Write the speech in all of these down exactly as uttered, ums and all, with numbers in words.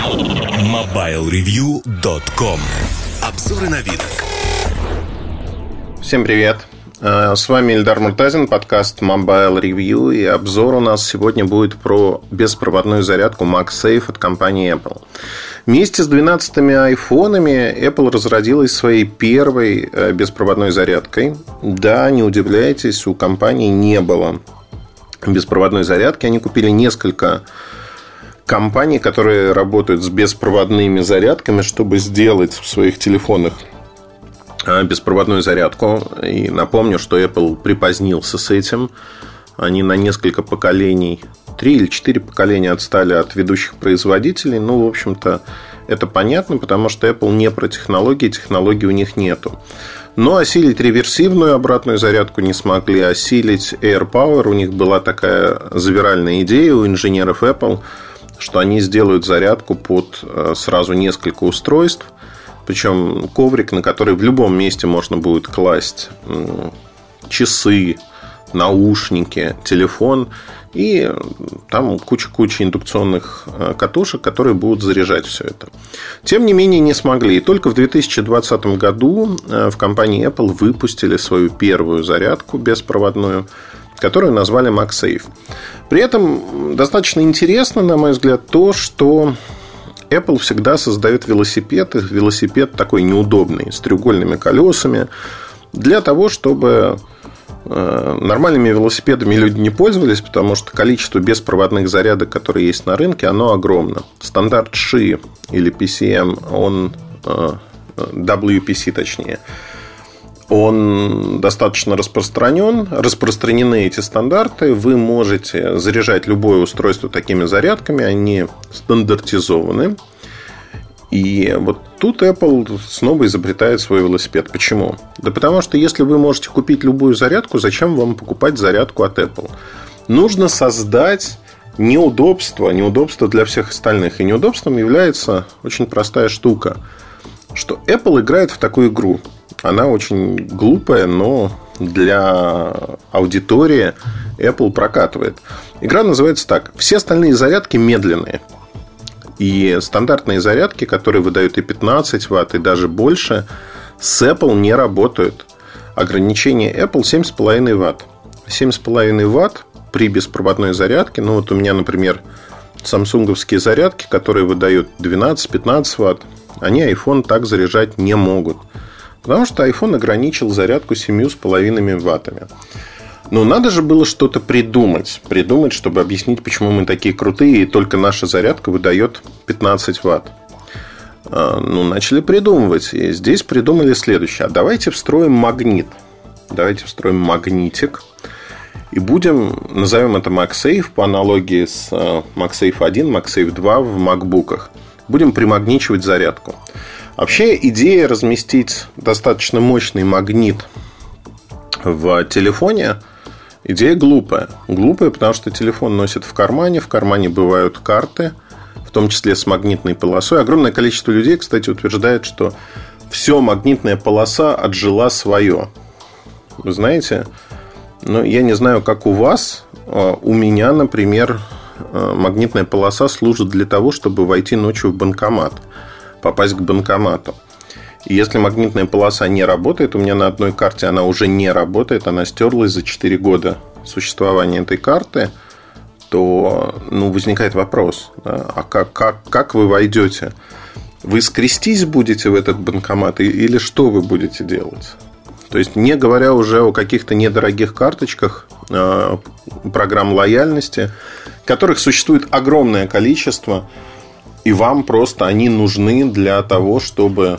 мобайл ревью точка ком. Обзоры новинок. Всем привет. С вами Ильдар Муртазин, подкаст Mobile Review. И обзор у нас сегодня будет про беспроводную зарядку MagSafe от компании Apple. Вместе с двенадцатыми айфонами Apple разродилась своей первой беспроводной зарядкой. Да, не удивляйтесь, у компании не было беспроводной зарядки. Они купили несколько компаний, которые работают с беспроводными зарядками, чтобы сделать в своих телефонах беспроводную зарядку. И напомню, что Apple припозднился с этим. Они на несколько поколений, три или четыре поколения отстали от ведущих производителей. Ну, в общем-то, это понятно, потому что Apple не про технологии, технологий у них нету. Но осилить реверсивную обратную зарядку не смогли. Осилить AirPower, у них была такая завиральная идея у инженеров Apple, что они сделают зарядку под сразу несколько устройств. Причем коврик, на который в любом месте можно будет класть часы, наушники, телефон. И там куча-куча индукционных катушек, которые будут заряжать все это. Тем не менее, не смогли. И только в две тысячи двадцатом году в компании Apple выпустили свою первую зарядку беспроводную, которую назвали MagSafe. При этом достаточно интересно, на мой взгляд, то, что Apple всегда создает велосипед. Велосипед такой неудобный, с треугольными колесами, для того, чтобы нормальными велосипедами люди не пользовались, потому что количество беспроводных зарядок, которые есть на рынке, оно огромно. Стандарт ши или пи си эм, он дабл ю пи си точнее, он достаточно распространен. Распространены эти стандарты. Вы можете заряжать любое устройство такими зарядками. Они стандартизованы. И вот тут Apple снова изобретает свой велосипед. Почему? Да потому что если вы можете купить любую зарядку, зачем вам покупать зарядку от Apple? Нужно создать неудобство. Неудобство для всех остальных. И неудобством является очень простая штука, что Apple играет в такую игру. Она очень глупая, но для аудитории Apple прокатывает. Игра называется так: все остальные зарядки медленные. И стандартные зарядки, которые выдают и пятнадцать ватт, и даже больше, с Apple не работают. Ограничение Apple семь и пять ватт. семь и пять ватт при беспроводной зарядке. Ну вот у меня, например, самсунговские зарядки, которые выдают двенадцать-пятнадцать ватт, они iPhone так заряжать не могут. Потому что iPhone ограничил зарядку семь и пять ваттами. Но надо же было что-то придумать. Придумать, чтобы объяснить, почему мы такие крутые, и только наша зарядка выдает пятнадцать ватт. Ну, начали придумывать. И здесь придумали следующее. А давайте встроим магнит. Давайте встроим магнитик. И будем, назовем это MagSafe по аналогии с MagSafe один, MagSafe два в макбуках. Будем примагничивать зарядку. Вообще идея разместить достаточно мощный магнит в телефоне, идея глупая. Глупая, потому что телефон носит в кармане. В кармане бывают карты, в том числе с магнитной полосой. Огромное количество людей, кстати, утверждает, что все, магнитная полоса отжила свое. Вы знаете, ну, я не знаю, как у вас. У меня, например, магнитная полоса служит для того, чтобы войти ночью в банкомат, попасть к банкомату. И если магнитная полоса не работает, у меня на одной карте она уже не работает, она стерлась за четыре года существования этой карты, то ну, возникает вопрос, да, а как, как, как вы войдете? Вы скрестись будете в этот банкомат или что вы будете делать? То есть, не говоря уже о каких-то недорогих карточках э, программ лояльности, которых существует огромное количество, и вам просто они нужны для того, чтобы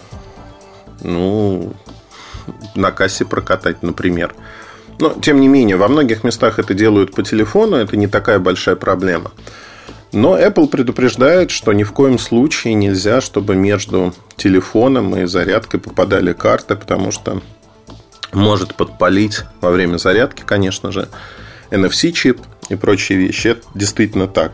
ну, на кассе прокатать, например. Но, тем не менее, во многих местах это делают по телефону. Это не такая большая проблема. Но Apple предупреждает, что ни в коем случае нельзя, чтобы между телефоном и зарядкой попадали карты, потому что может подпалить во время зарядки, конечно же, эн эф си-чип и прочие вещи. Это действительно так.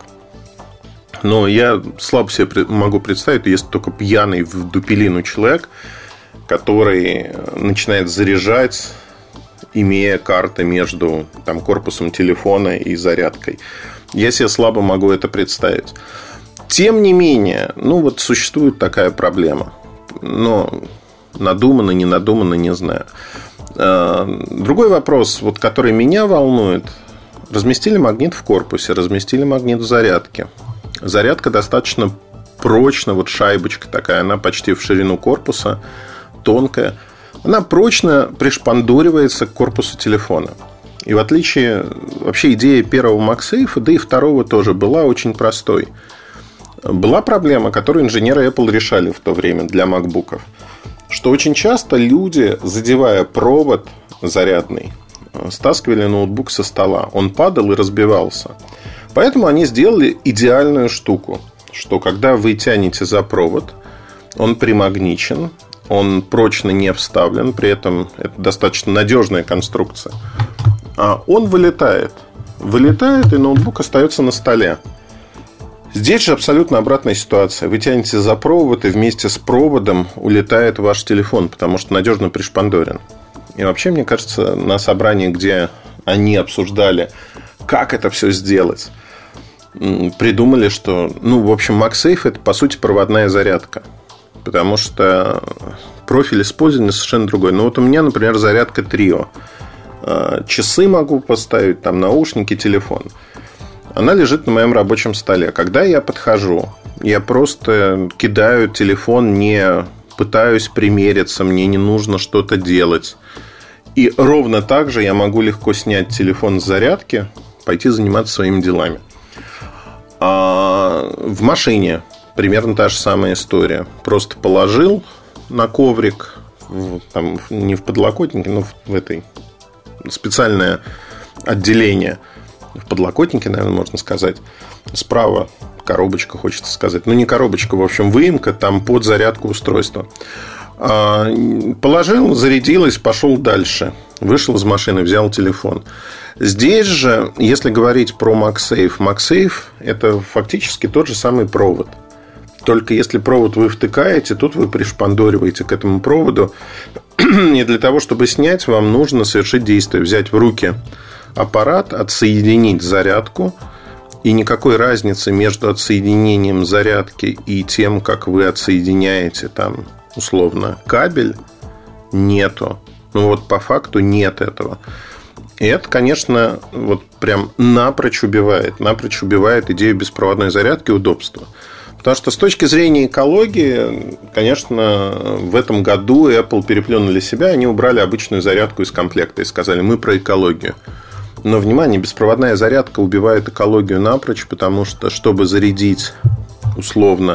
Но я слабо себе могу представить, если только пьяный в дупелину человек, который начинает заряжать, имея карты между там, корпусом телефона и зарядкой. Я себе слабо могу это представить. Тем не менее, ну вот существует такая проблема. Но надуманно, не надуманно, не знаю. Другой вопрос, вот, который меня волнует. Разместили магнит в корпусе, разместили магнит в зарядке. Зарядка достаточно прочно, вот шайбочка такая, она почти в ширину корпуса, тонкая. Она прочно пришпандуривается к корпусу телефона. И в отличие, вообще идея первого MagSafe, да и второго тоже была очень простой. Была проблема, которую инженеры Apple решали в то время для макбуков. Что очень часто люди, задевая провод зарядный, стаскивали ноутбук со стола. Он падал и разбивался. Поэтому они сделали идеальную штуку, что когда вы тянете за провод, он примагничен, он прочно не вставлен, при этом это достаточно надежная конструкция. А он вылетает. Вылетает, и ноутбук остается на столе. Здесь же абсолютно обратная ситуация. Вы тянете за провод, и вместе с проводом улетает ваш телефон, потому что надежно пришпандорен. И вообще, мне кажется, на собрании, где они обсуждали, как это все сделать, придумали, что, ну, в общем, MagSafe – это, по сути, проводная зарядка. Потому что профиль использования совершенно другой. Ну, вот у меня, например, зарядка Trio. Часы могу поставить, там, наушники, телефон. Она лежит на моем рабочем столе. Когда я подхожу, я просто кидаю телефон, не пытаюсь примериться, мне не нужно что-то делать. И ровно так же я могу легко снять телефон с зарядки, пойти заниматься своими делами. А в машине примерно та же самая история. Просто положил на коврик, там, не в подлокотнике, но в этой специальное отделение. В подлокотнике, наверное, можно сказать. Справа коробочка, хочется сказать. Ну, не коробочка, в общем, выемка там под зарядку устройства. Положил, зарядилось, пошел дальше. Вышел из машины, взял телефон. Здесь же, если говорить про MagSafe, MagSafe – это фактически тот же самый провод. Только если провод вы втыкаете, тут вы пришпандориваете к этому проводу. И для того, чтобы снять, вам нужно совершить действие. Взять в руки аппарат, отсоединить зарядку. И никакой разницы между отсоединением зарядки и тем, как вы отсоединяете там, условно, кабель, нету. Ну вот по факту нет этого. И это, конечно, вот прям напрочь убивает. Напрочь убивает идею беспроводной зарядки и удобства. Потому что с точки зрения экологии, конечно, в этом году Apple переплюнули себя. Они убрали обычную зарядку из комплекта и сказали: мы про экологию. Но, внимание, беспроводная зарядка убивает экологию напрочь, потому что, чтобы зарядить условно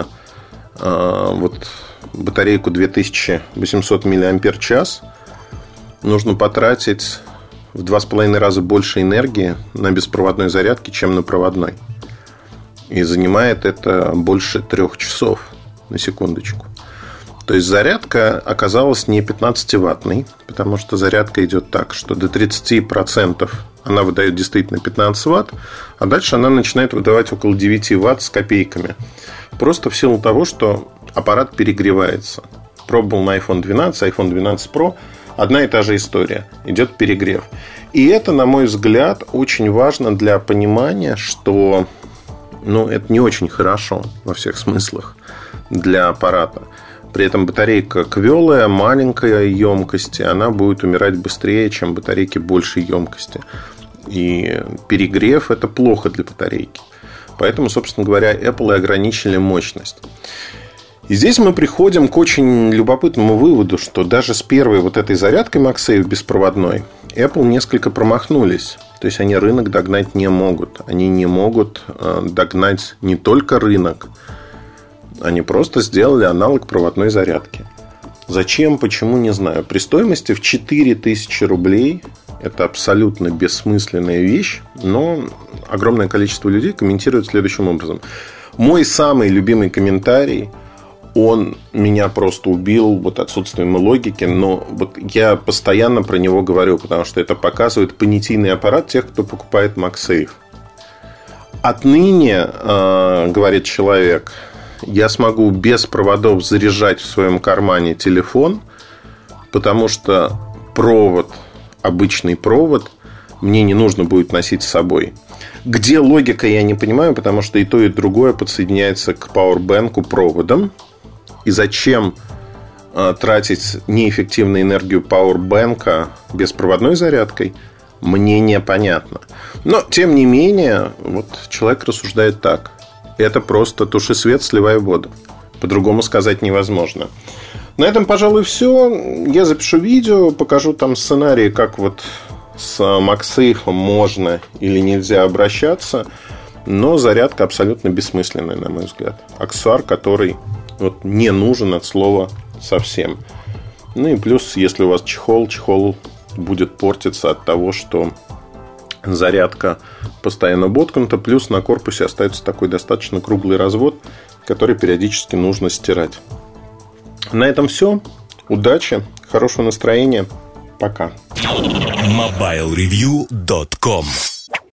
вот, батарейку две тысячи восемьсот миллиампер-час, нужно потратить в два с половиной раза больше энергии на беспроводной зарядке, чем на проводной. И занимает это больше трех часов, на секундочку. То есть зарядка оказалась не пятнадцативаттной, потому что зарядка идет так, что до тридцати процентов она выдает действительно пятнадцать ватт, а дальше она начинает выдавать около девяти ватт с копейками. Просто в силу того, что аппарат перегревается. Пробовал на айфон двенадцать, айфон двенадцать про. Одна и та же история. Идет перегрев. И это, на мой взгляд, очень важно для понимания, что ну, это не очень хорошо во всех смыслах для аппарата. При этом батарейка квелая, маленькой емкости, она будет умирать быстрее, чем батарейки большей емкости. И перегрев – это плохо для батарейки. Поэтому, собственно говоря, Apple и ограничили мощность. И здесь мы приходим к очень любопытному выводу, что даже с первой вот этой зарядкой MagSafe беспроводной Apple несколько промахнулись. То есть они рынок догнать не могут. Они не могут догнать не только рынок. Они просто сделали аналог проводной зарядки. Зачем, почему, не знаю. При стоимости в четыре тысячи рублей это абсолютно бессмысленная вещь. Но огромное количество людей комментирует следующим образом. Мой самый любимый комментарий, он меня просто убил вот отсутствием логики. Но вот я постоянно про него говорю, потому что это показывает понятийный аппарат тех, кто покупает MagSafe. Отныне, э, говорит человек, я смогу без проводов заряжать в своем кармане телефон, потому что провод, обычный провод, мне не нужно будет носить с собой. Где логика, я не понимаю, потому что и то, и другое подсоединяется к пауэрбэнку проводом. И зачем э, тратить неэффективную энергию пауэрбэнка беспроводной зарядкой, мне непонятно. Но, тем не менее, вот человек рассуждает так. Это просто туши свет, сливай воду. По-другому сказать невозможно. На этом, пожалуй, все. Я запишу видео, покажу там сценарии, как вот с MagSafe можно или нельзя обращаться. Но зарядка абсолютно бессмысленная, на мой взгляд. Аксессуар, который вот не нужен от слова совсем. Ну и плюс, если у вас чехол, чехол будет портиться от того, что зарядка постоянно боткнута. Плюс на корпусе остается такой достаточно круглый развод, который периодически нужно стирать. На этом все. Удачи, хорошего настроения. Пока. мобайл ревью точка ком